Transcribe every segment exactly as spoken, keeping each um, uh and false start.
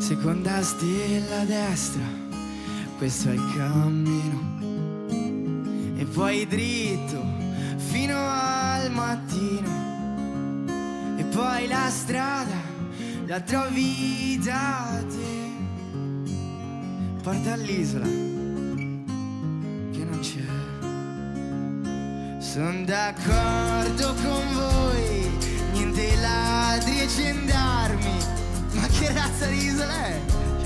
Seconda stella a destra, questo è il cammino. E poi dritto fino al mattino. E poi la strada la trovi da te. Porta all'isola che non c'è. Son d'accordo con voi, niente ladri e gendarmi. Ma che razza di isola è?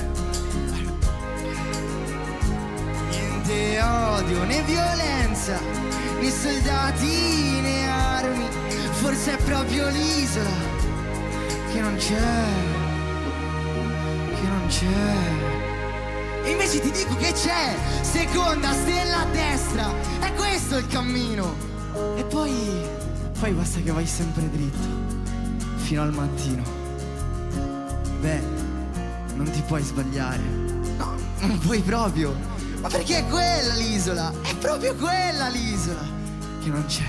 Niente odio né violenza, né soldati né armi. Forse è proprio l'isola che non c'è, che non c'è. E invece ti dico che c'è. Seconda stella a destra, è questo il cammino. E poi, poi basta che vai sempre dritto fino al mattino. Beh, non ti puoi sbagliare. No, non puoi proprio. Ma perché è quella l'isola? È proprio quella l'isola che non c'è.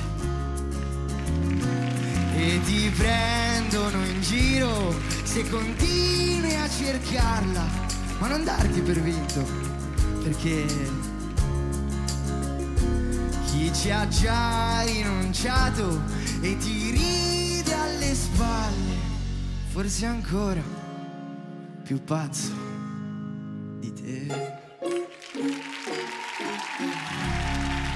E ti prendono in giro se continui a cercarla. Ma non darti per vinto, perché chi ci ha già rinunciato e ti ride alle spalle, forse ancora più pazzo di te.